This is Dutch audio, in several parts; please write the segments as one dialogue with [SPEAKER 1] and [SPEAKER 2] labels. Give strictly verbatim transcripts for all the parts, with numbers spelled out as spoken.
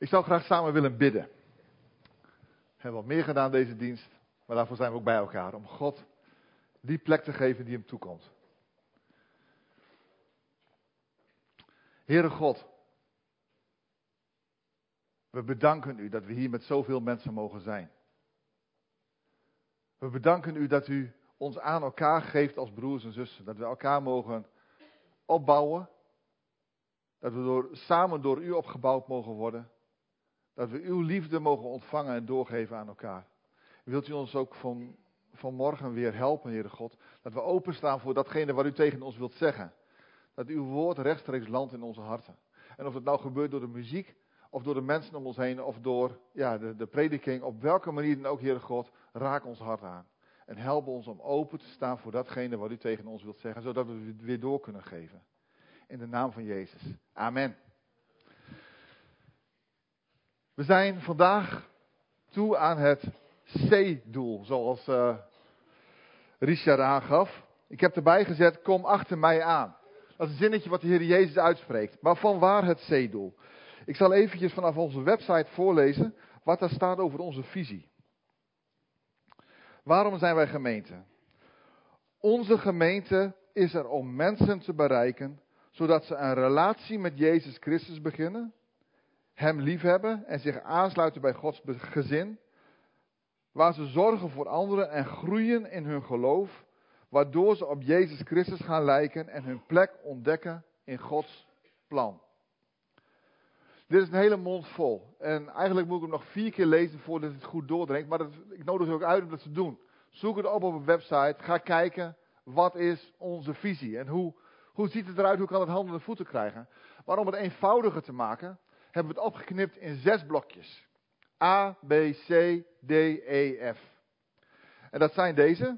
[SPEAKER 1] Ik zou graag samen willen bidden. We hebben wat meer gedaan deze dienst, maar daarvoor zijn we ook bij elkaar. Om God die plek te geven die hem toekomt. Heere God, we bedanken u dat we hier met zoveel mensen mogen zijn. We bedanken u dat u ons aan elkaar geeft als broers en zussen. Dat we elkaar mogen opbouwen. Dat we door, samen door u opgebouwd mogen worden. Dat we uw liefde mogen ontvangen en doorgeven aan elkaar. Wilt u ons ook van, vanmorgen weer helpen, Heere God. Dat we openstaan voor datgene wat u tegen ons wilt zeggen. Dat uw woord rechtstreeks landt in onze harten. En of het nou gebeurt door de muziek, of door de mensen om ons heen, of door ja, de, de prediking. Op welke manier dan ook, Heere God, raak ons hart aan. En help ons om open te staan voor datgene wat u tegen ons wilt zeggen. Zodat we het weer door kunnen geven. In de naam van Jezus. Amen. We zijn vandaag toe aan het C-doel, zoals uh, Richard aangaf. Ik heb erbij gezet, kom achter mij aan. Dat is een zinnetje wat de Heer Jezus uitspreekt. Maar van waar het C-doel? Ik zal eventjes vanaf onze website voorlezen wat daar staat over onze visie. Waarom zijn wij gemeente? Onze gemeente is er om mensen te bereiken, zodat ze een relatie met Jezus Christus beginnen, hem liefhebben en zich aansluiten bij Gods gezin, waar ze zorgen voor anderen en groeien in hun geloof, waardoor ze op Jezus Christus gaan lijken en hun plek ontdekken in Gods plan. Dit is een hele mond vol. En eigenlijk moet ik hem nog vier keer lezen voordat het goed doordringt. Maar dat, ik nodig u ook uit om dat te doen. Zoek het op op een website. Ga kijken, wat is onze visie? En hoe, hoe ziet het eruit? Hoe kan het handen en voeten krijgen? Maar om het eenvoudiger te maken, hebben we het opgeknipt in zes blokjes. A, B, C, D, E, F. En dat zijn deze.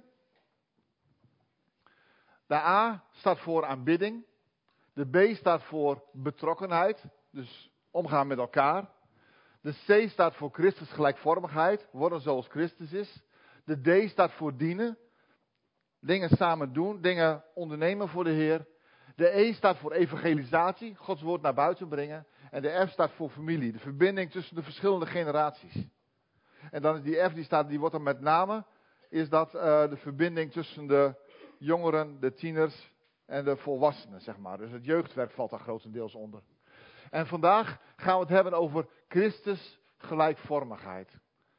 [SPEAKER 1] De A staat voor aanbidding. De B staat voor betrokkenheid. Dus omgaan met elkaar. De C staat voor Christus gelijkvormigheid. Worden zoals Christus is. De D staat voor dienen. Dingen samen doen. Dingen ondernemen voor de Heer. De E staat voor evangelisatie. Gods woord naar buiten brengen. En de F staat voor familie. De verbinding tussen de verschillende generaties. En dan is die F, die, staat, die wordt dan met name, is dat uh, de verbinding tussen de jongeren, de tieners en de volwassenen, zeg maar. Dus het jeugdwerk valt daar grotendeels onder. En vandaag gaan we het hebben over Christus gelijkvormigheid.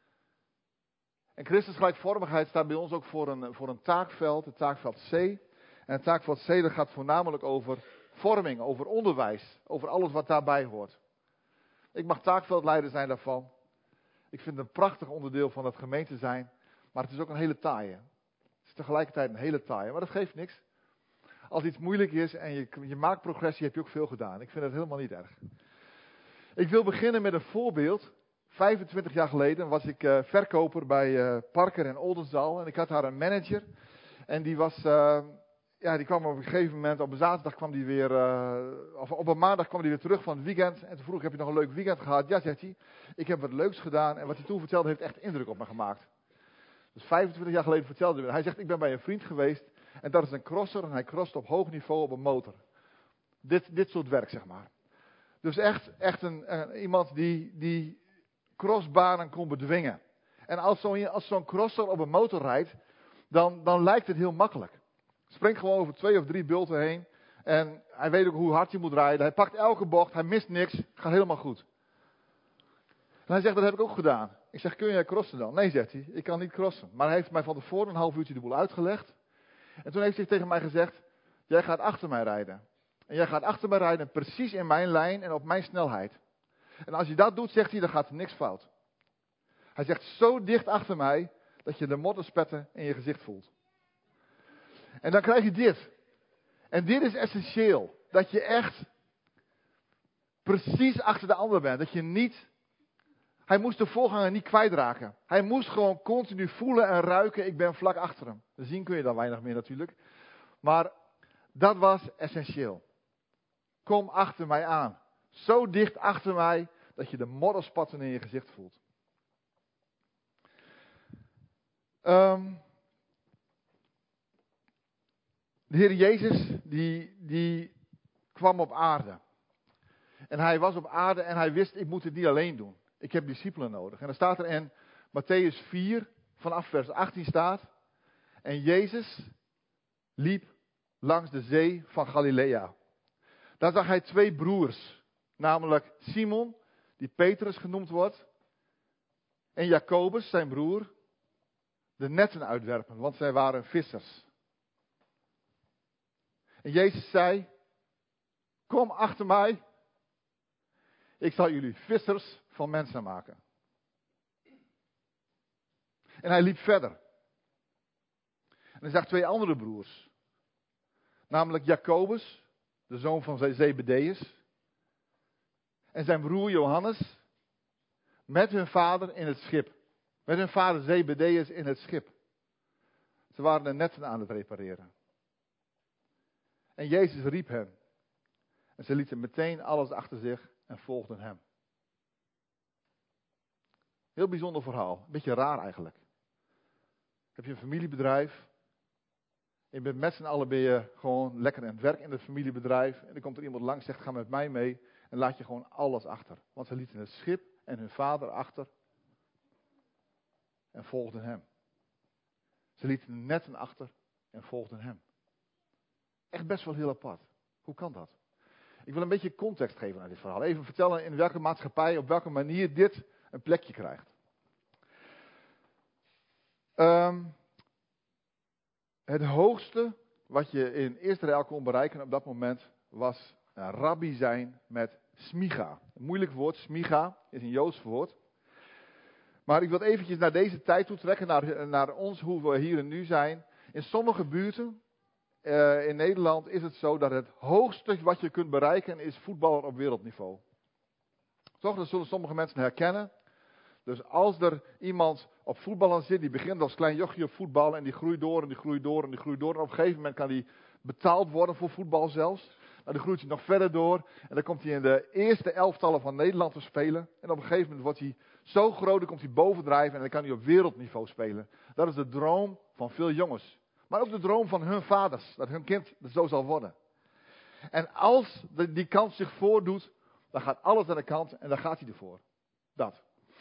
[SPEAKER 1] En Christus gelijkvormigheid staat bij ons ook voor een, voor een taakveld, het taakveld C. En het taakveld C, dat gaat voornamelijk over vorming, over onderwijs, over alles wat daarbij hoort. Ik mag taakveldleider zijn daarvan. Ik vind het een prachtig onderdeel van het gemeente zijn, maar het is ook een hele taaie. Het is tegelijkertijd een hele taaie, maar dat geeft niks. Als iets moeilijk is en je, je maakt progressie, heb je ook veel gedaan. Ik vind het helemaal niet erg. Ik wil beginnen met een voorbeeld. vijfentwintig jaar geleden was ik uh, verkoper bij uh, Parker en Oldenzaal. En ik had daar een manager. En die was, uh, ja, die kwam op een gegeven moment, op een zaterdag kwam die weer, uh, of op een maandag kwam die weer terug van het weekend. En toen vroeg ik, heb je nog een leuk weekend gehad? Ja, zegt hij. Ik heb wat leuks gedaan. En wat hij toen vertelde, heeft echt indruk op me gemaakt. Dus vijfentwintig jaar geleden vertelde hij. Hij zegt, ik ben bij een vriend geweest. En dat is een crosser en hij crost op hoog niveau op een motor. Dit, dit soort werk, zeg maar. Dus echt, echt een, een, iemand die, die crossbanen kon bedwingen. En als zo'n, als zo'n crosser op een motor rijdt, dan, dan lijkt het heel makkelijk. Springt gewoon over twee of drie bulten heen. En hij weet ook hoe hard hij moet rijden. Hij pakt elke bocht, hij mist niks, gaat helemaal goed. En hij zegt, dat heb ik ook gedaan. Ik zeg, kun jij crossen dan? Nee, zegt hij, ik kan niet crossen. Maar hij heeft mij van tevoren een half uurtje de boel uitgelegd. En toen heeft hij tegen mij gezegd, jij gaat achter mij rijden. En jij gaat achter mij rijden precies in mijn lijn en op mijn snelheid. En als je dat doet, zegt hij, dan gaat er niks fout. Hij zegt, zo dicht achter mij, dat je de modderspetten in je gezicht voelt. En dan krijg je dit. En dit is essentieel. Dat je echt precies achter de ander bent. Dat je niet... Hij moest de voorganger niet kwijtraken. Hij moest gewoon continu voelen en ruiken, ik ben vlak achter hem. Zien kun je dan weinig meer natuurlijk. Maar dat was essentieel. Kom achter mij aan. Zo dicht achter mij, dat je de modderspatten in je gezicht voelt. Um, de Heer Jezus, die, die kwam op aarde. En hij was op aarde en hij wist, ik moet het niet alleen doen. Ik heb discipelen nodig. En dan staat er in Matthäus vier, vanaf vers achttien staat. En Jezus liep langs de zee van Galilea. Daar zag hij twee broers. Namelijk Simon, die Petrus genoemd wordt. En Jacobus, zijn broer. De netten uitwerpen, want zij waren vissers. En Jezus zei, kom achter mij. Ik zal jullie vissers van mensen maken. En hij liep verder. En hij zag twee andere broers. Namelijk Jacobus, de zoon van Zebedeus. En zijn broer Johannes. Met hun vader in het schip. Met hun vader Zebedeus in het schip. Ze waren de netten aan het repareren. En Jezus riep hen. En ze lieten meteen alles achter zich en volgden hem. Heel bijzonder verhaal. Een beetje raar eigenlijk. Heb je een familiebedrijf. Je bent met z'n allen ben je gewoon lekker aan het werk in het familiebedrijf. En dan komt er iemand langs en zegt, ga met mij mee. En laat je gewoon alles achter. Want ze lieten het schip en hun vader achter. En volgden hem. Ze lieten de netten achter en volgden hem. Echt best wel heel apart. Hoe kan dat? Ik wil een beetje context geven aan dit verhaal. Even vertellen in welke maatschappij, op welke manier dit een plekje krijgt. Um, het hoogste wat je in Israël kon bereiken op dat moment was een rabbi zijn met smicha. Een moeilijk woord, smicha, is een Joods woord. Maar ik wil eventjes naar deze tijd toe trekken, naar, naar ons, hoe we hier en nu zijn. In sommige buurten uh, in Nederland is het zo dat het hoogste wat je kunt bereiken is voetballer op wereldniveau. Toch, dat zullen sommige mensen herkennen. Dus als er iemand op voetballen zit, die begint als klein jochie op voetballen en die groeit door en die groeit door en die groeit door. En op een gegeven moment kan die betaald worden voor voetbal zelfs. Maar dan groeit hij nog verder door en dan komt hij in de eerste elftallen van Nederland te spelen. En op een gegeven moment wordt hij zo groot, dan komt hij bovendrijven en dan kan hij op wereldniveau spelen. Dat is de droom van veel jongens. Maar ook de droom van hun vaders, dat hun kind zo zal worden. En als die kans zich voordoet, dan gaat alles aan de kant en dan gaat hij ervoor. Dat.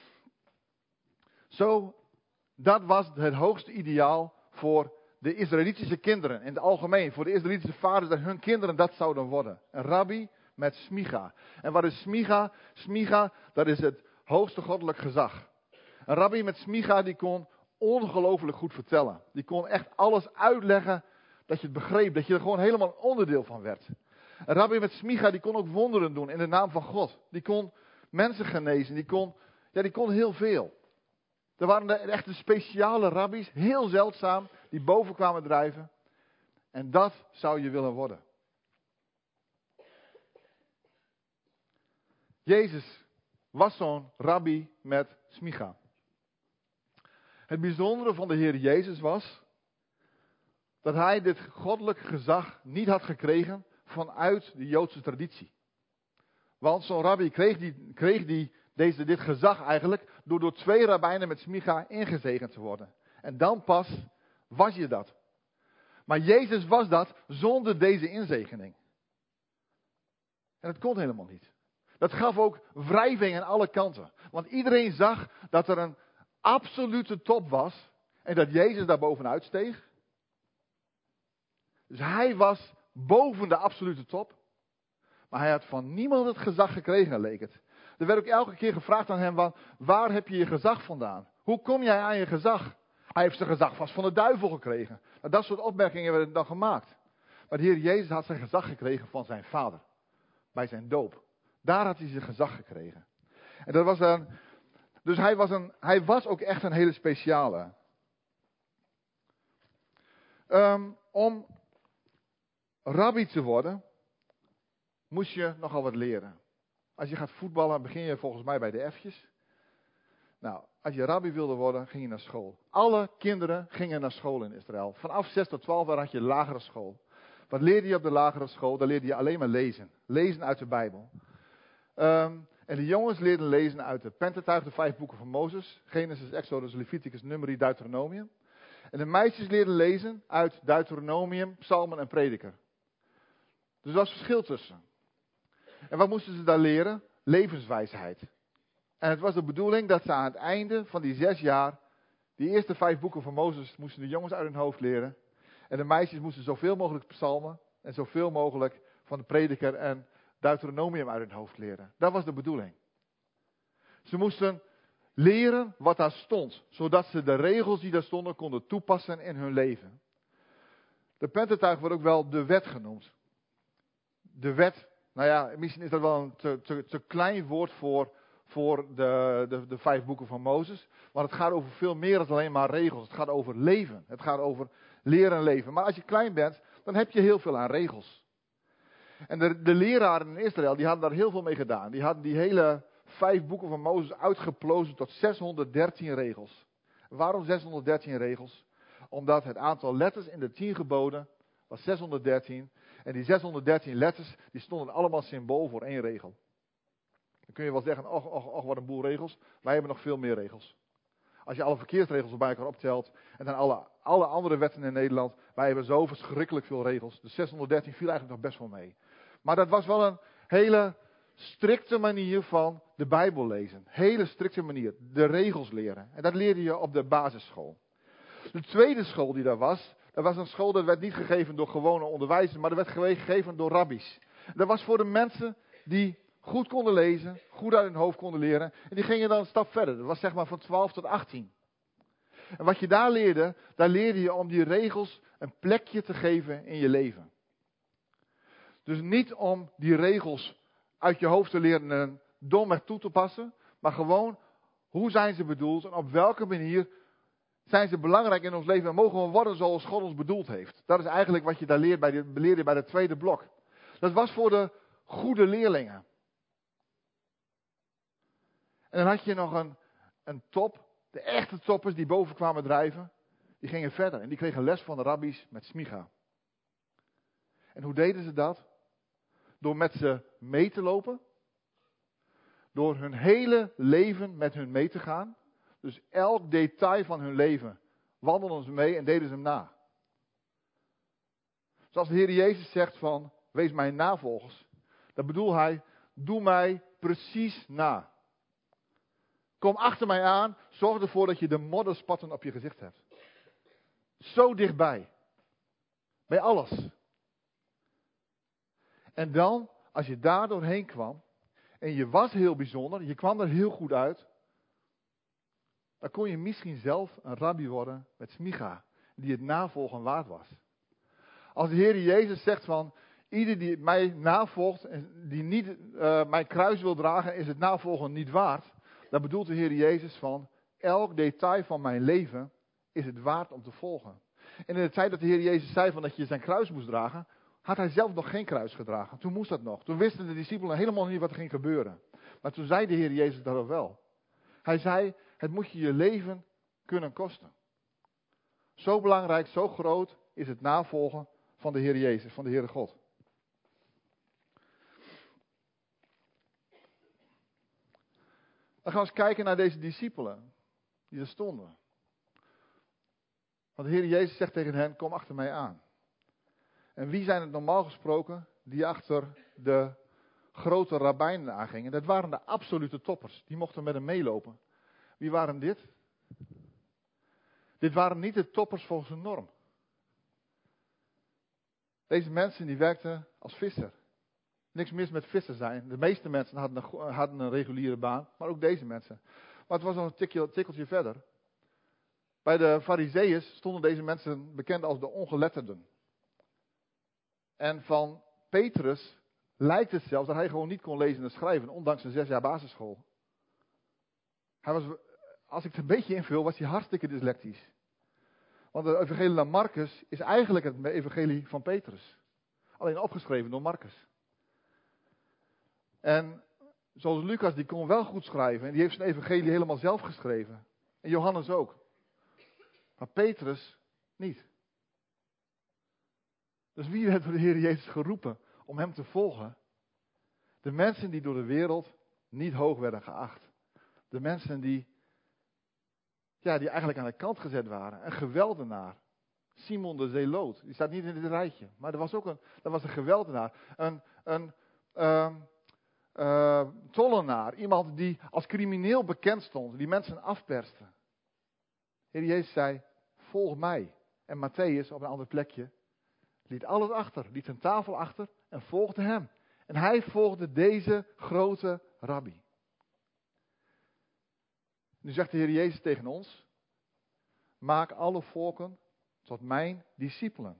[SPEAKER 1] Zo, dat was het hoogste ideaal voor de Israëlitische kinderen in het algemeen. Voor de Israëlitische vaders, dat hun kinderen dat zouden worden. Een rabbi met smicha. En wat is smicha? Smicha, dat is het hoogste goddelijk gezag. Een rabbi met smicha, die kon ongelooflijk goed vertellen. Die kon echt alles uitleggen, dat je het begreep. Dat je er gewoon helemaal een onderdeel van werd. Een rabbi met smicha, die kon ook wonderen doen in de naam van God. Die kon mensen genezen. Die kon, ja, die kon heel veel. Er waren de echte speciale rabbies, heel zeldzaam, die boven kwamen drijven. En dat zou je willen worden. Jezus was zo'n rabbi met smicha. Het bijzondere van de Heer Jezus was dat hij dit goddelijk gezag niet had gekregen vanuit de Joodse traditie. Want zo'n rabbi kreeg, die, kreeg die, deze, dit gezag eigenlijk door door twee rabbijnen met smicha ingezegend te worden. En dan pas was je dat. Maar Jezus was dat zonder deze inzegening. En dat kon helemaal niet. Dat gaf ook wrijving aan alle kanten. Want iedereen zag dat er een absolute top was en dat Jezus daar bovenuit steeg. Dus hij was boven de absolute top. Maar hij had van niemand het gezag gekregen, leek het. Er werd ook elke keer gevraagd aan hem, van, waar heb je je gezag vandaan? Hoe kom jij aan je gezag? Hij heeft zijn gezag vast van de duivel gekregen. Nou, dat soort opmerkingen werden dan gemaakt. Maar de Heer Jezus had zijn gezag gekregen van zijn vader. Bij zijn doop. Daar had hij zijn gezag gekregen. En dat was dan, dus hij was, een, hij was ook echt een hele speciale. Um, om rabbi te worden, moest je nogal wat leren. Als je gaat voetballen, begin je volgens mij bij de F'jes. Nou, als je rabbi wilde worden, ging je naar school. Alle kinderen gingen naar school in Israël. Vanaf zes tot twaalf had je lagere school. Wat leerde je op de lagere school? Daar leerde je alleen maar lezen. Lezen uit de Bijbel. Um, en de jongens leerden lezen uit de Pentateuch, de vijf boeken van Mozes. Genesis, Exodus, Leviticus, Numeri, Deuteronomium. En de meisjes leerden lezen uit Deuteronomium, Psalmen en Prediker. Dus daar was verschil tussen. En wat moesten ze daar leren? Levenswijsheid. En het was de bedoeling dat ze aan het einde van die zes jaar, die eerste vijf boeken van Mozes, moesten de jongens uit hun hoofd leren. En de meisjes moesten zoveel mogelijk psalmen en zoveel mogelijk van de prediker en Deuteronomium uit hun hoofd leren. Dat was de bedoeling. Ze moesten leren wat daar stond, zodat ze de regels die daar stonden konden toepassen in hun leven. De Pentateuch wordt ook wel de wet genoemd. De wet, nou ja, misschien is dat wel een te, te, te klein woord voor, voor de, de, de vijf boeken van Mozes. Maar het gaat over veel meer dan alleen maar regels. Het gaat over leven. Het gaat over leren en leven. Maar als je klein bent, dan heb je heel veel aan regels. En de, de leraren in Israël, die hadden daar heel veel mee gedaan. Die hadden die hele vijf boeken van Mozes uitgeplozen tot zeshonderddertien regels. Waarom zeshonderddertien regels? Omdat het aantal letters in de tien geboden was zeshonderddertien. En die zeshonderddertien letters, die stonden allemaal symbool voor één regel. Dan kun je wel zeggen, och, och, och, wat een boel regels. Wij hebben nog veel meer regels. Als je alle verkeersregels bij elkaar optelt, en dan alle, alle andere wetten in Nederland, wij hebben zo verschrikkelijk veel regels. Dus zeshonderddertien viel eigenlijk nog best wel mee. Maar dat was wel een hele strikte manier van de Bijbel lezen. Hele strikte manier, de regels leren. En dat leerde je op de basisschool. De tweede school die daar was, dat was een school dat werd niet gegeven door gewone onderwijzers, maar dat werd gegeven door rabbies. Dat was voor de mensen die goed konden lezen, goed uit hun hoofd konden leren. En die gingen dan een stap verder. Dat was zeg maar van twaalf tot achttien. En wat je daar leerde, daar leerde je om die regels een plekje te geven in je leven. Dus niet om die regels uit je hoofd te leren en domweg toe te passen, maar gewoon, hoe zijn ze bedoeld en op welke manier zijn ze belangrijk in ons leven en mogen we worden zoals God ons bedoeld heeft. Dat is eigenlijk wat je daar leert bij de, leerde bij het tweede blok. Dat was voor de goede leerlingen. En dan had je nog een, een top, de echte toppers die boven kwamen drijven, die gingen verder en die kregen les van de rabbies met smicha. En hoe deden ze dat? Door met ze mee te lopen, door hun hele leven met hun mee te gaan. Dus elk detail van hun leven wandelden ze mee en deden ze hem na. Zoals de Heer Jezus zegt van, wees mijn navolgers. Dat bedoelt hij, doe mij precies na. Kom achter mij aan, zorg ervoor dat je de modderspatten op je gezicht hebt. Zo dichtbij. Bij alles. En dan, als je daar doorheen kwam, en je was heel bijzonder, je kwam er heel goed uit, dan kon je misschien zelf een rabbi worden met smicha, die het navolgen waard was. Als de Heer Jezus zegt van, ieder die mij navolgt en die niet uh, mijn kruis wil dragen, is het navolgen niet waard. Dan bedoelt de Heer Jezus van, elk detail van mijn leven is het waard om te volgen. En in de tijd dat de Heer Jezus zei van dat je zijn kruis moest dragen, had hij zelf nog geen kruis gedragen. Toen moest dat nog. Toen wisten de discipelen helemaal niet wat er ging gebeuren. Maar toen zei de Heer Jezus dat wel. Hij zei, het moet je je leven kunnen kosten. Zo belangrijk, zo groot is het navolgen van de Heer Jezus, van de Heere God. Dan gaan we eens kijken naar deze discipelen die er stonden. Want de Heer Jezus zegt tegen hen, kom achter mij aan. En wie zijn het normaal gesproken die achter de grote rabbijnen aangingen? Dat waren de absolute toppers. Die mochten met hem meelopen. Wie waren dit? Dit waren niet de toppers volgens een norm. Deze mensen die werkten als visser. Niks mis met visser zijn. De meeste mensen hadden een, hadden een reguliere baan, maar ook deze mensen. Maar het was nog een tikje, tikkeltje verder. Bij de Farizeeën stonden deze mensen bekend als de ongeletterden. En van Petrus lijkt het zelfs dat hij gewoon niet kon lezen en schrijven, ondanks zijn zes jaar basisschool. Hij was, als ik het een beetje invul, was hij hartstikke dyslectisch. Want de evangelie naar Marcus is eigenlijk het evangelie van Petrus. Alleen opgeschreven door Marcus. En zoals Lucas, die kon wel goed schrijven. En die heeft zijn evangelie helemaal zelf geschreven. En Johannes ook. Maar Petrus niet. Dus wie werd door de Heer Jezus geroepen om hem te volgen? De mensen die door de wereld niet hoog werden geacht. De mensen die, ja, die eigenlijk aan de kant gezet waren. Een geweldenaar. Simon de Zeloot. Die staat niet in dit rijtje. Maar er was ook een, dat was een geweldenaar. Een, een, um, uh, tollenaar. Iemand die als crimineel bekend stond. Die mensen afperste. Heer Jezus zei, volg mij. En Matthäus op een ander plekje liet alles achter. Liet zijn tafel achter en volgde hem. En hij volgde deze grote rabbi. Nu zegt de Heer Jezus tegen ons. Maak alle volken tot mijn discipelen.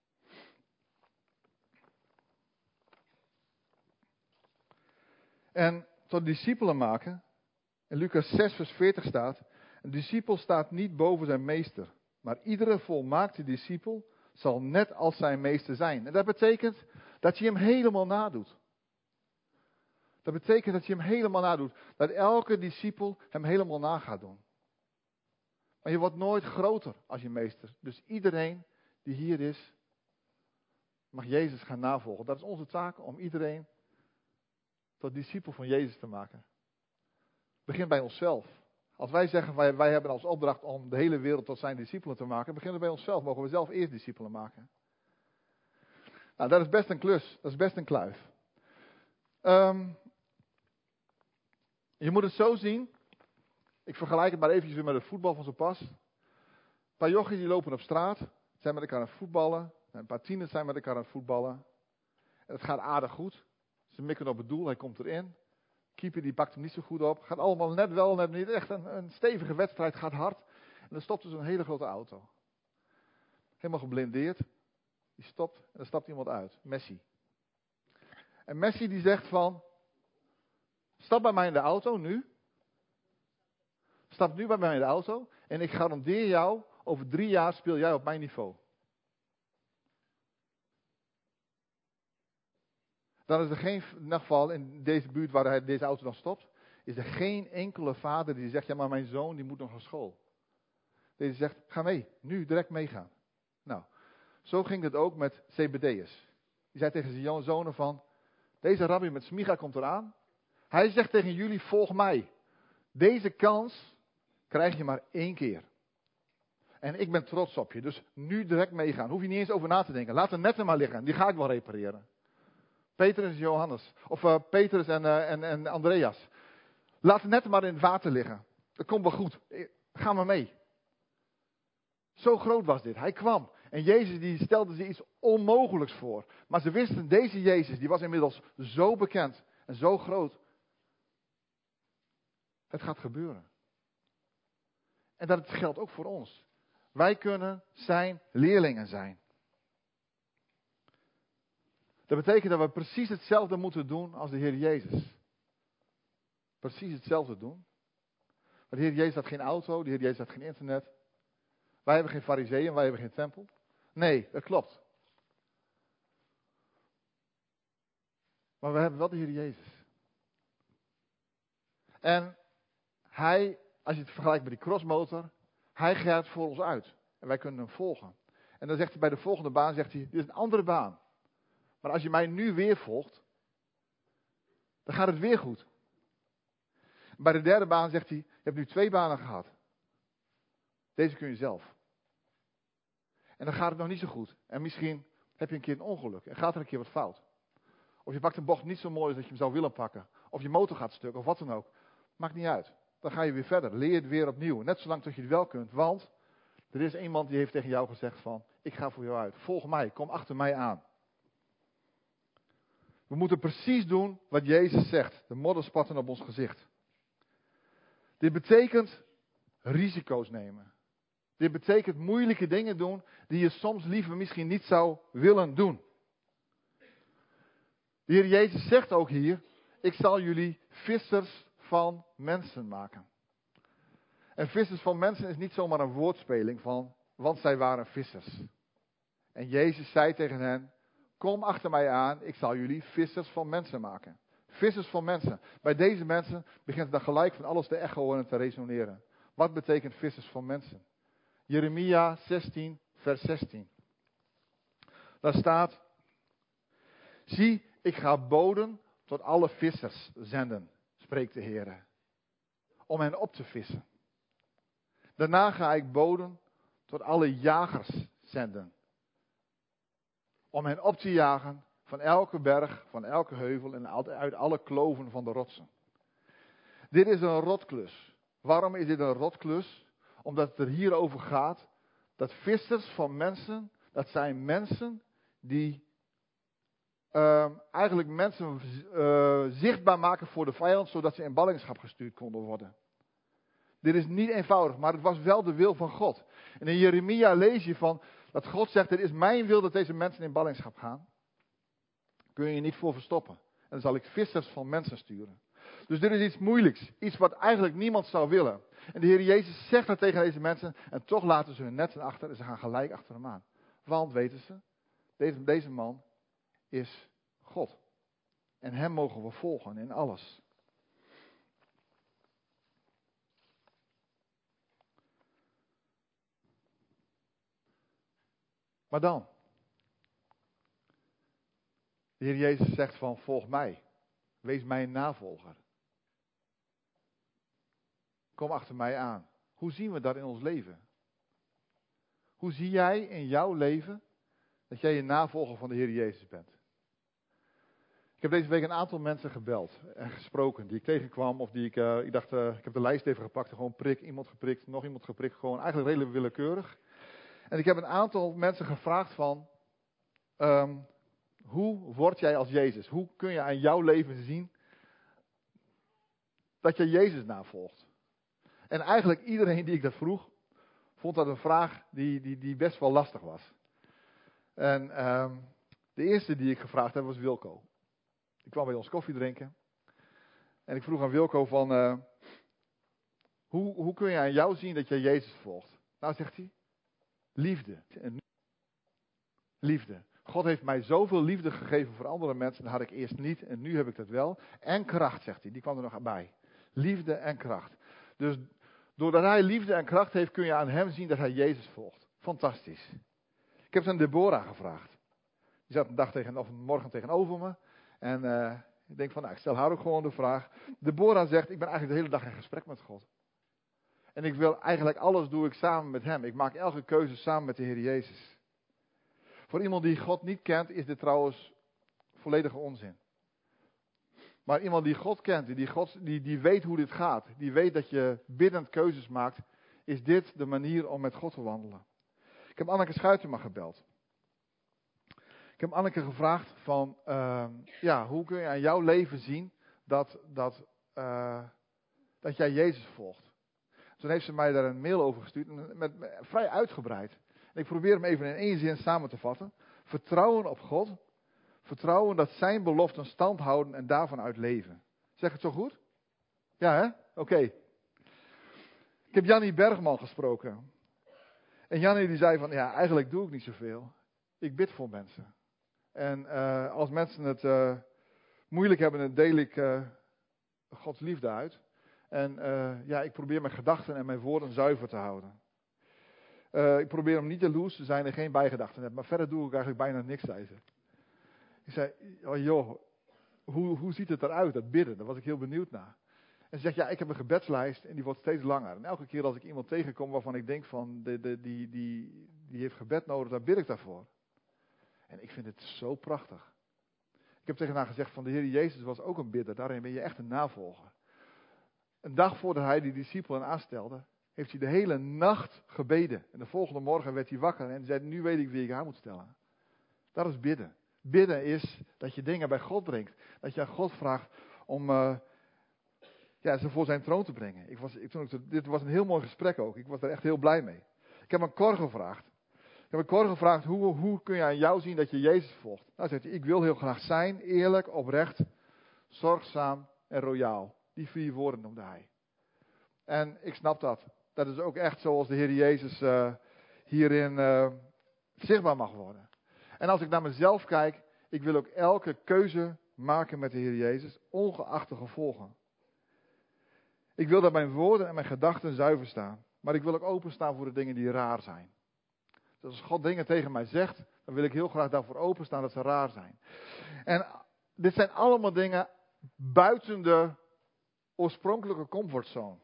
[SPEAKER 1] En tot discipelen maken, in Lucas zes vers veertig staat, een discipel staat niet boven zijn meester, maar iedere volmaakte discipel zal net als zijn meester zijn. En dat betekent dat je hem helemaal nadoet. Dat betekent dat je hem helemaal nadoet. Dat elke discipel hem helemaal na gaat doen. Maar je wordt nooit groter als je meester. Dus iedereen die hier is, mag Jezus gaan navolgen. Dat is onze taak, om iedereen tot discipel van Jezus te maken. Begin bij onszelf. Als wij zeggen, wij, wij hebben als opdracht om de hele wereld tot zijn discipelen te maken, beginnen bij onszelf. Mogen we zelf eerst discipelen maken. Nou, dat is best een klus. Dat is best een kluif. Um, je moet het zo zien. Ik vergelijk het maar eventjes weer met het voetbal van zo pas. Een paar jochies die lopen op straat, zijn met elkaar aan het voetballen. Een paar tieners zijn met elkaar aan het voetballen. En het gaat aardig goed. Ze mikken op het doel, hij komt erin. Keeper die pakt hem niet zo goed op. Gaat allemaal net wel, net niet. Echt een, een stevige wedstrijd, gaat hard. En dan stopt er zo'n hele grote auto. Helemaal geblindeerd. Die stopt en er stapt iemand uit. Messi. En Messi die zegt van, stap bij mij in de auto nu. Stap nu bij mij in de auto. En ik garandeer jou, over drie jaar speel jij op mijn niveau. Dan is er geen, in ieder geval in deze buurt waar hij, deze auto dan stopt, is er geen enkele vader die zegt, ja maar mijn zoon die moet nog naar school. Deze zegt, ga mee, nu direct meegaan. Nou, zo ging het ook met Zebedeus. Die zei tegen zijn zonen van, deze rabbi met Smicha komt eraan. Hij zegt tegen jullie, volg mij. Deze kans krijg je maar één keer. En ik ben trots op je, dus nu direct meegaan. Hoef je niet eens over na te denken. Laat de netten maar liggen, die ga ik wel repareren. Petrus en Johannes. Of uh, Petrus en, uh, en, en Andreas. Laat het net maar in het water liggen. Dat komt wel goed. Ga maar mee. Zo groot was dit. Hij kwam. En Jezus die stelde ze iets onmogelijks voor. Maar ze wisten, deze Jezus die was inmiddels zo bekend. En zo groot. Het gaat gebeuren. En dat geldt ook voor ons. Wij kunnen zijn leerlingen zijn. Dat betekent dat we precies hetzelfde moeten doen als de Heer Jezus. Precies hetzelfde doen. De Heer Jezus had geen auto, de Heer Jezus had geen internet. Wij hebben geen fariseeën, wij hebben geen tempel. Nee, dat klopt. Maar we hebben wel de Heer Jezus. En hij, als je het vergelijkt met die crossmotor, hij gaat voor ons uit. En wij kunnen hem volgen. En dan zegt hij bij de volgende baan, zegt hij, dit is een andere baan. Maar als je mij nu weer volgt, dan gaat het weer goed. Bij de derde baan zegt hij, je hebt nu twee banen gehad. Deze kun je zelf. En dan gaat het nog niet zo goed. En misschien heb je een keer een ongeluk en gaat er een keer wat fout. Of je pakt een bocht niet zo mooi als dat je hem zou willen pakken. Of je motor gaat stuk of wat dan ook. Maakt niet uit. Dan ga je weer verder. Leer het weer opnieuw. Net zolang tot je het wel kunt. Want er is iemand die heeft tegen jou gezegd van, ik ga voor jou uit. Volg mij, kom achter mij aan. We moeten precies doen wat Jezus zegt. De modder spatten op ons gezicht. Dit betekent risico's nemen. Dit betekent moeilijke dingen doen die je soms liever misschien niet zou willen doen. De Heer Jezus zegt ook hier, ik zal jullie vissers van mensen maken. En vissers van mensen is niet zomaar een woordspeling van, want zij waren vissers. En Jezus zei tegen hen, kom achter mij aan, ik zal jullie vissers van mensen maken. Vissers van mensen. Bij deze mensen begint dan gelijk van alles te echoen en te resoneren. Wat betekent vissers van mensen? Jeremia zestien, vers zestien. Daar staat, zie, ik ga boden tot alle vissers zenden, spreekt de Heer, om hen op te vissen. Daarna ga ik boden tot alle jagers zenden, om hen op te jagen van elke berg, van elke heuvel en uit alle kloven van de rotsen. Dit is een rotklus. Waarom is dit een rotklus? Omdat het er hier over gaat dat vissers van mensen, dat zijn mensen die uh, eigenlijk mensen uh, zichtbaar maken voor de vijand, zodat ze in ballingschap gestuurd konden worden. Dit is niet eenvoudig, maar het was wel de wil van God. En in Jeremia lees je van dat God zegt, het is mijn wil dat deze mensen in ballingschap gaan. Kun je je niet voor verstoppen. En dan zal ik vissers van mensen sturen. Dus dit is iets moeilijks. Iets wat eigenlijk niemand zou willen. En de Heer Jezus zegt dat tegen deze mensen. En toch laten ze hun netten achter en ze gaan gelijk achter hem aan. Want weten ze, deze, deze man is God. En hem mogen we volgen in alles. Maar dan. De Heer Jezus zegt van volg mij. Wees mijn navolger. Kom achter mij aan. Hoe zien we dat in ons leven? Hoe zie jij in jouw leven dat jij een navolger van de Heer Jezus bent? Ik heb deze week een aantal mensen gebeld en gesproken die ik tegenkwam. Of die ik, uh, ik dacht, uh, ik heb de lijst even gepakt en gewoon prik, iemand geprikt, nog iemand geprikt. Gewoon eigenlijk redelijk willekeurig. En ik heb een aantal mensen gevraagd van, um, hoe word jij als Jezus? Hoe kun je aan jouw leven zien dat je Jezus navolgt? En eigenlijk iedereen die ik dat vroeg, vond dat een vraag die, die, die best wel lastig was. En um, de eerste die ik gevraagd heb was Wilco. Die kwam bij ons koffie drinken. En ik vroeg aan Wilco van, uh, hoe, hoe kun je aan jou zien dat je Jezus volgt? Nou, zegt hij, liefde. En nu, liefde. God heeft mij zoveel liefde gegeven voor andere mensen, dat had ik eerst niet en nu heb ik dat wel. En kracht, zegt hij, die kwam er nog bij. Liefde en kracht. Dus doordat hij liefde en kracht heeft, kun je aan hem zien dat hij Jezus volgt. Fantastisch. Ik heb het aan Deborah gevraagd. Die zat een dag tegen, of een morgen tegenover me. En uh, ik denk van, nou, ik stel haar ook gewoon de vraag. Deborah zegt, ik ben eigenlijk de hele dag in gesprek met God. En ik wil eigenlijk alles doe ik samen met hem. Ik maak elke keuze samen met de Heer Jezus. Voor iemand die God niet kent, is dit trouwens volledige onzin. Maar iemand die God kent, die, God, die, die weet hoe dit gaat, die weet dat je biddend keuzes maakt, is dit de manier om met God te wandelen. Ik heb Anneke Schuitema gebeld. Ik heb Anneke gevraagd van, uh, ja, hoe kun je aan jouw leven zien dat, dat, uh, dat jij Jezus volgt. Toen heeft ze mij daar een mail over gestuurd, met, met, met, vrij uitgebreid. En ik probeer hem even in één zin samen te vatten. Vertrouwen op God. Vertrouwen dat zijn beloften stand houden en daarvan uit leven. Zeg het zo goed? Ja, hè? Oké. Okay. Ik heb Jannie Bergman gesproken. En Jannie die zei van, ja, eigenlijk doe ik niet zoveel. Ik bid voor mensen. En uh, als mensen het uh, moeilijk hebben, dan deel ik uh, Gods liefde uit. En uh, ja, ik probeer mijn gedachten en mijn woorden zuiver te houden. Uh, ik probeer om niet jaloers te zijn en geen bijgedachten te hebben. Maar verder doe ik eigenlijk bijna niks, zei ze. Ik zei, oh joh, hoe, hoe ziet het eruit, dat bidden? Daar was ik heel benieuwd naar. En ze zegt, ja, ik heb een gebedslijst en die wordt steeds langer. En elke keer als ik iemand tegenkom waarvan ik denk van, de, de, die, die, die heeft gebed nodig, dan bid ik daarvoor. En ik vind het zo prachtig. Ik heb tegen haar gezegd van, de Heer Jezus was ook een bidder. Daarin ben je echt een navolger. Een dag voordat hij die discipelen aanstelde, heeft hij de hele nacht gebeden. En de volgende morgen werd hij wakker en zei, nu weet ik wie ik aan moet stellen. Dat is bidden. Bidden is dat je dingen bij God brengt. Dat je aan God vraagt om uh, ja, ze voor zijn troon te brengen. Ik was, ik, toen ik, dit was een heel mooi gesprek ook. Ik was er echt heel blij mee. Ik heb aan Cor gevraagd. Ik heb aan Cor gevraagd, hoe, hoe kun je aan jou zien dat je Jezus volgt? Nou, zegt hij, ik wil heel graag zijn, eerlijk, oprecht, zorgzaam en royaal. Die vier woorden noemde hij. En ik snap dat. Dat is ook echt zoals de Heer Jezus uh, hierin uh, zichtbaar mag worden. En als ik naar mezelf kijk, ik wil ook elke keuze maken met de Heer Jezus, ongeacht de gevolgen. Ik wil dat mijn woorden en mijn gedachten zuiver staan. Maar ik wil ook openstaan voor de dingen die raar zijn. Dus als God dingen tegen mij zegt, dan wil ik heel graag daarvoor openstaan dat ze raar zijn. En dit zijn allemaal dingen buiten de oorspronkelijke comfortzone.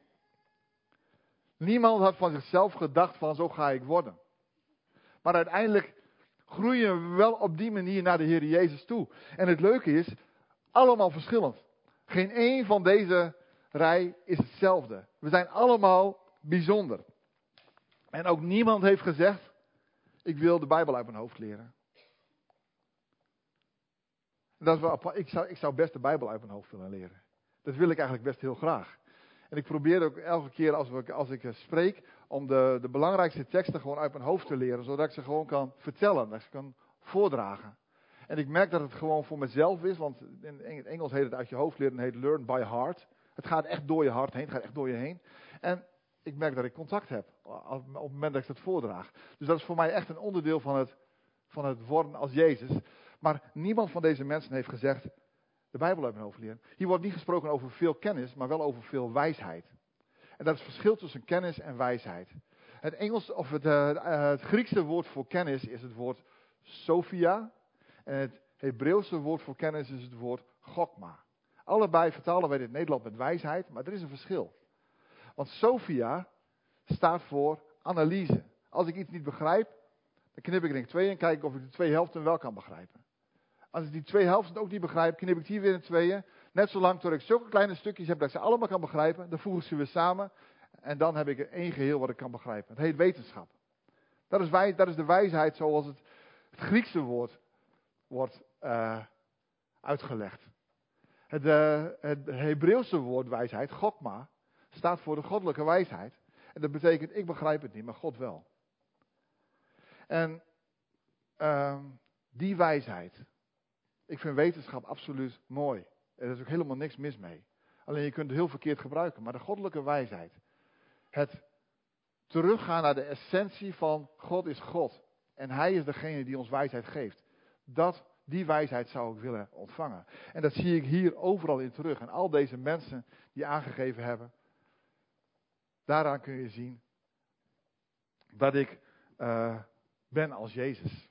[SPEAKER 1] Niemand had van zichzelf gedacht van zo ga ik worden. Maar uiteindelijk groeien we wel op die manier naar de Heer Jezus toe. En het leuke is, allemaal verschillend. Geen één van deze rij is hetzelfde. We zijn allemaal bijzonder. En ook niemand heeft gezegd, ik wil de Bijbel uit mijn hoofd leren. Dat is wel, ik, zou, ik zou best de Bijbel uit mijn hoofd willen leren. Dat wil ik eigenlijk best heel graag. En ik probeer ook elke keer als, we, als ik spreek, om de, de belangrijkste teksten gewoon uit mijn hoofd te leren. Zodat ik ze gewoon kan vertellen, dat ik ze kan voordragen. En ik merk dat het gewoon voor mezelf is, want in het Engels heet het uit je hoofd leren, heet learn by heart. Het gaat echt door je hart heen, het gaat echt door je heen. En ik merk dat ik contact heb op het moment dat ik het voordraag. Dus dat is voor mij echt een onderdeel van het, van het worden als Jezus. Maar niemand van deze mensen heeft gezegd, de Bijbel uit mijn hoofd leren. Hier wordt niet gesproken over veel kennis, maar wel over veel wijsheid. En dat is het verschil tussen kennis en wijsheid. Het Engels, of het, uh, het Griekse woord voor kennis is het woord Sophia. En het Hebreeuwse woord voor kennis is het woord Chokma. Allebei vertalen wij dit in Nederland met wijsheid, maar er is een verschil. Want Sophia staat voor analyse. Als ik iets niet begrijp, dan knip ik er in tweeën en kijk ik of ik de twee helften wel kan begrijpen. Als ik die twee helften ook niet begrijp, knip ik die weer in tweeën. Net zolang tot ik zulke kleine stukjes heb dat ik ze allemaal kan begrijpen, dan voeg ik ze weer samen. En dan heb ik er één geheel wat ik kan begrijpen. Het heet wetenschap. Dat is, wij, dat is de wijsheid zoals het, het Griekse woord wordt uh, uitgelegd. Het, uh, het Hebreeuwse woord wijsheid, Chokma, staat voor de goddelijke wijsheid. En dat betekent, ik begrijp het niet, maar God wel. En uh, die wijsheid, ik vind wetenschap absoluut mooi. Er is ook helemaal niks mis mee. Alleen je kunt het heel verkeerd gebruiken. Maar de goddelijke wijsheid, het teruggaan naar de essentie van God is God. En Hij is degene die ons wijsheid geeft. Dat, die wijsheid zou ik willen ontvangen. En dat zie ik hier overal in terug. En al deze mensen die aangegeven hebben, daaraan kun je zien dat ik uh, ben als Jezus.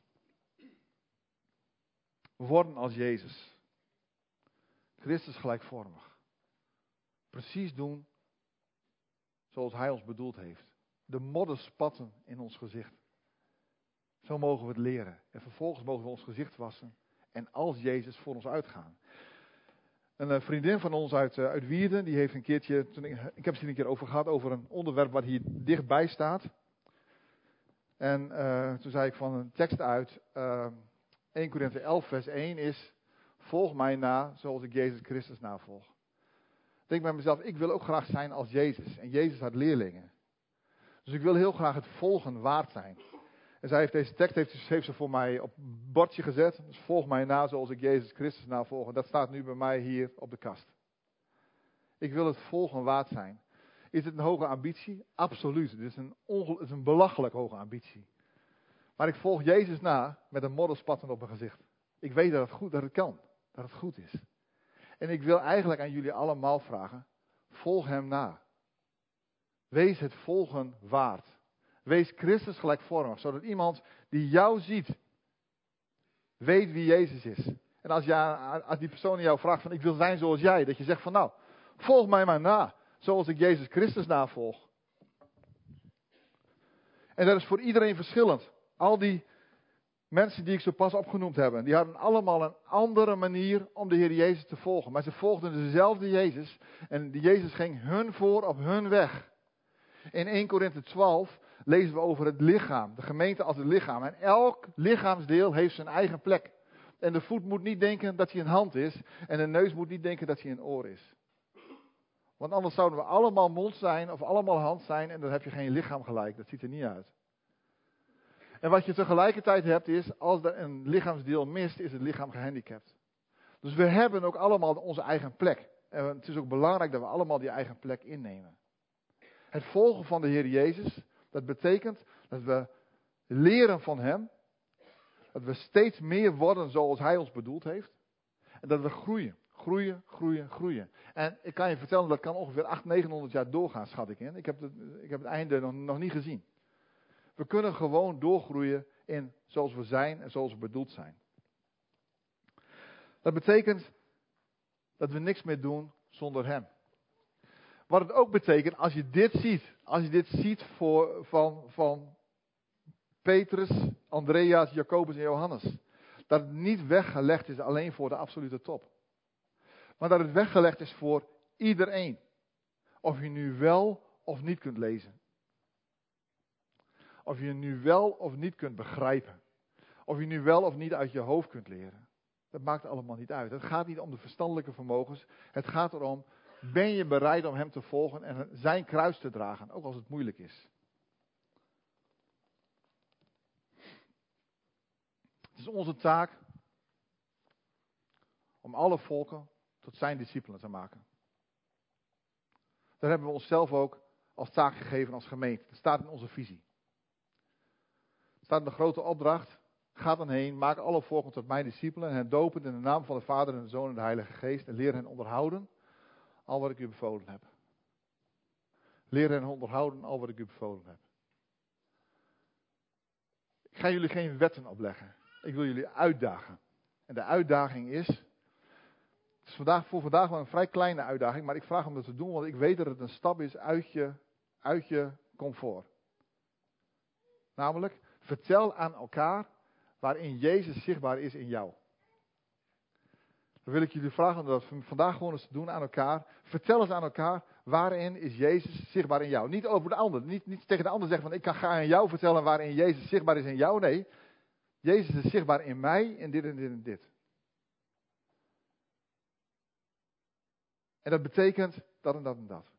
[SPEAKER 1] Worden als Jezus. Christus gelijkvormig. Precies doen zoals Hij ons bedoeld heeft. De modder spatten in ons gezicht. Zo mogen we het leren. En vervolgens mogen we ons gezicht wassen. En als Jezus voor ons uitgaan. Een uh, vriendin van ons uit, uh, uit Wierden, die heeft een keertje, toen ik, ik heb het hier een keer over gehad, over een onderwerp wat hier dichtbij staat. En uh, toen zei ik van een tekst uit, uh, Eerste Korinthe elf vers één is, volg mij na zoals ik Jezus Christus navolg. Ik denk bij mezelf, ik wil ook graag zijn als Jezus. En Jezus had leerlingen. Dus ik wil heel graag het volgen waard zijn. En zij heeft deze tekst heeft, heeft ze voor mij op een bordje gezet. Dus volg mij na zoals ik Jezus Christus navolg. En dat staat nu bij mij hier op de kast. Ik wil het volgen waard zijn. Is het een hoge ambitie? Absoluut. Het is een, onge- het is een belachelijk hoge ambitie. Maar ik volg Jezus na met een modderspatten op mijn gezicht. Ik weet dat het goed, dat het kan. Dat het goed is. En ik wil eigenlijk aan jullie allemaal vragen. Volg hem na. Wees het volgen waard. Wees Christus gelijkvormig. Zodat iemand die jou ziet, weet wie Jezus is. En als, je, als die persoon jou vraagt van ik wil zijn zoals jij. Dat je zegt van nou, volg mij maar na. Zoals ik Jezus Christus navolg. En dat is voor iedereen verschillend. Al die mensen die ik zo pas opgenoemd heb, die hadden allemaal een andere manier om de Heer Jezus te volgen. Maar ze volgden dezelfde Jezus. En die Jezus ging hun voor op hun weg. In Eerste Korinthe twaalf lezen we over het lichaam. De gemeente als het lichaam. En elk lichaamsdeel heeft zijn eigen plek. En de voet moet niet denken dat hij een hand is. En de neus moet niet denken dat hij een oor is. Want anders zouden we allemaal mond zijn of allemaal hand zijn. En dan heb je geen lichaam gelijk. Dat ziet er niet uit. En wat je tegelijkertijd hebt is, als er een lichaamsdeel mist, is het lichaam gehandicapt. Dus we hebben ook allemaal onze eigen plek. En het is ook belangrijk dat we allemaal die eigen plek innemen. Het volgen van de Heer Jezus, dat betekent dat we leren van Hem. Dat we steeds meer worden zoals Hij ons bedoeld heeft. En dat we groeien, groeien, groeien, groeien. En ik kan je vertellen, dat kan ongeveer achthonderd, negenhonderd jaar doorgaan, schat ik in. Ik heb het, ik heb het einde nog, nog niet gezien. We kunnen gewoon doorgroeien in zoals we zijn en zoals we bedoeld zijn. Dat betekent dat we niks meer doen zonder Hem. Wat het ook betekent, als je dit ziet, als je dit ziet voor, van, van Petrus, Andreas, Jacobus en Johannes. Dat het niet weggelegd is alleen voor de absolute top. Maar dat het weggelegd is voor iedereen. Of je nu wel of niet kunt lezen. Of je nu wel of niet kunt begrijpen. Of je nu wel of niet uit je hoofd kunt leren. Dat maakt allemaal niet uit. Het gaat niet om de verstandelijke vermogens. Het gaat erom, ben je bereid om hem te volgen en zijn kruis te dragen, ook als het moeilijk is. Het is onze taak om alle volken tot zijn discipelen te maken. Daar hebben we onszelf ook als taak gegeven als gemeente. Dat staat in onze visie. Er staat een grote opdracht. Ga dan heen, maak alle volken tot mijn discipelen en hen dopen in de naam van de Vader en de Zoon en de Heilige Geest en leer hen onderhouden al wat ik u bevolen heb. Leer hen onderhouden al wat ik u bevolen heb. Ik ga jullie geen wetten opleggen. Ik wil jullie uitdagen. En de uitdaging is, het is vandaag, voor vandaag wel een vrij kleine uitdaging, maar ik vraag om dat te doen, want ik weet dat het een stap is uit je, uit je comfort. Namelijk, vertel aan elkaar waarin Jezus zichtbaar is in jou. Dan wil ik jullie vragen om dat vandaag gewoon eens te doen aan elkaar. Vertel eens aan elkaar, waarin is Jezus zichtbaar in jou? Niet over de ander. Niet, niet tegen de ander zeggen van, ik kan ga aan jou vertellen waarin Jezus zichtbaar is in jou. Nee, Jezus is zichtbaar in mij, in dit en dit en dit. En dat betekent dat en dat en dat.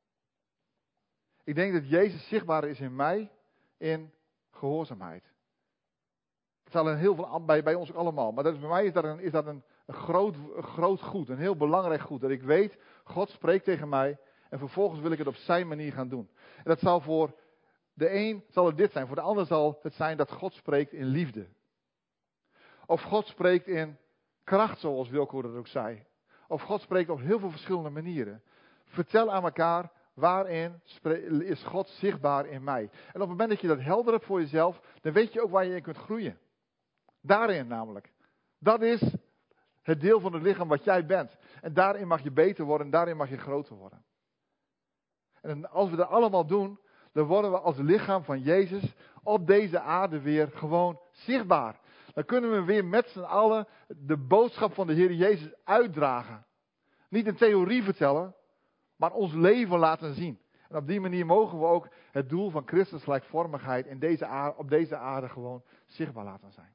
[SPEAKER 1] Ik denk dat Jezus zichtbaar is in mij, in gehoorzaamheid. Het zal een heel veel bij, bij ons ook allemaal. Maar dat is, bij mij is dat, een, is dat een, een, groot, een groot goed, een heel belangrijk goed. Dat ik weet, God spreekt tegen mij en vervolgens wil ik het op zijn manier gaan doen. En dat zal voor de een zal het dit zijn, voor de ander zal het zijn dat God spreekt in liefde. Of God spreekt in kracht, zoals Wilco dat ook zei. Of God spreekt op heel veel verschillende manieren. Vertel aan elkaar, waarin is God zichtbaar in mij? En op het moment dat je dat helder hebt voor jezelf, dan weet je ook waar je in kunt groeien. Daarin namelijk. Dat is het deel van het lichaam wat jij bent. En daarin mag je beter worden en daarin mag je groter worden. En als we dat allemaal doen, dan worden we als lichaam van Jezus op deze aarde weer gewoon zichtbaar. Dan kunnen we weer met z'n allen de boodschap van de Heer Jezus uitdragen. Niet een theorie vertellen, maar ons leven laten zien. En op die manier mogen we ook het doel van Christus gelijkvormigheid in deze aarde, op deze aarde gewoon zichtbaar laten zijn.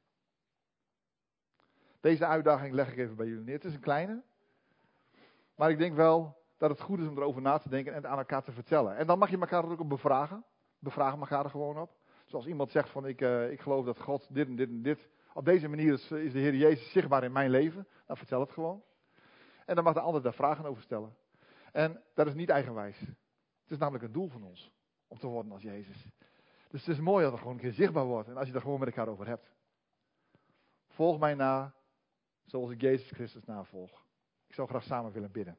[SPEAKER 1] Deze uitdaging leg ik even bij jullie neer. Het is een kleine. Maar ik denk wel dat het goed is om erover na te denken en het aan elkaar te vertellen. En dan mag je elkaar er ook op bevragen. Bevraag elkaar er gewoon op. Zoals iemand zegt van ik, uh, ik geloof dat God dit en dit en dit. Op deze manier is, is de Heer Jezus zichtbaar in mijn leven. Nou, vertel het gewoon. En dan mag de ander daar vragen over stellen. En dat is niet eigenwijs. Het is namelijk een doel van ons. Om te worden als Jezus. Dus het is mooi dat het gewoon een keer zichtbaar wordt. En als je er gewoon met elkaar over hebt. Volg mij na. Zoals ik Jezus Christus navolg. Ik zou graag samen willen bidden.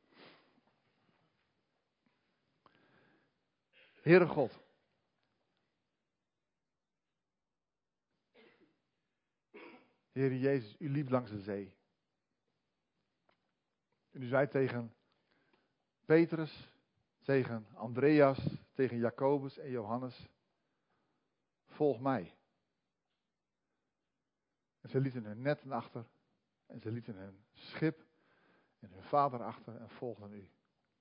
[SPEAKER 1] Heere God. Heere Jezus, u liep langs de zee. En u zei tegen Petrus, tegen Andreas, tegen Jacobus en Johannes. Volg mij. En ze lieten hun netten achter. En ze lieten hun schip en hun vader achter en volgden u.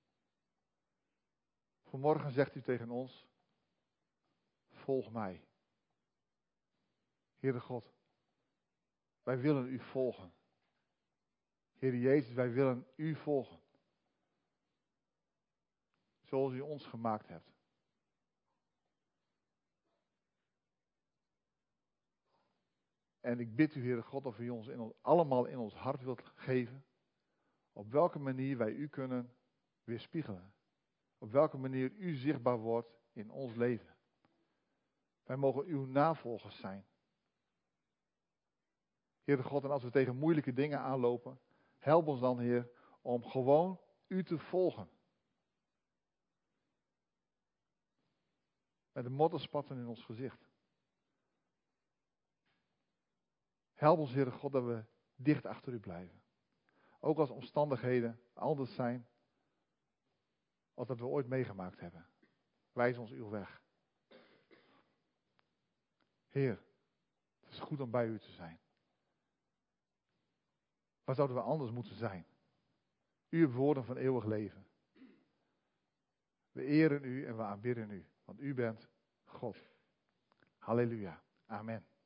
[SPEAKER 1] Vanmorgen zegt u tegen ons, volg mij. Heere God, wij willen u volgen. Heere Jezus, wij willen u volgen. Zoals u ons gemaakt hebt. En ik bid u, Heere God, of u ons in, allemaal in ons hart wilt geven. Op welke manier wij u kunnen weerspiegelen. Op welke manier u zichtbaar wordt in ons leven. Wij mogen uw navolgers zijn. Heere God, en als we tegen moeilijke dingen aanlopen, help ons dan, Heer, om gewoon u te volgen. Met de modderspatten in ons gezicht. Help ons, Heere God, dat we dicht achter u blijven. Ook als omstandigheden anders zijn als dat we ooit meegemaakt hebben. Wijs ons uw weg. Heer, het is goed om bij u te zijn. Waar zouden we anders moeten zijn? U hebt woorden van eeuwig leven. We eren u en we aanbidden u, want u bent God. Halleluja. Amen.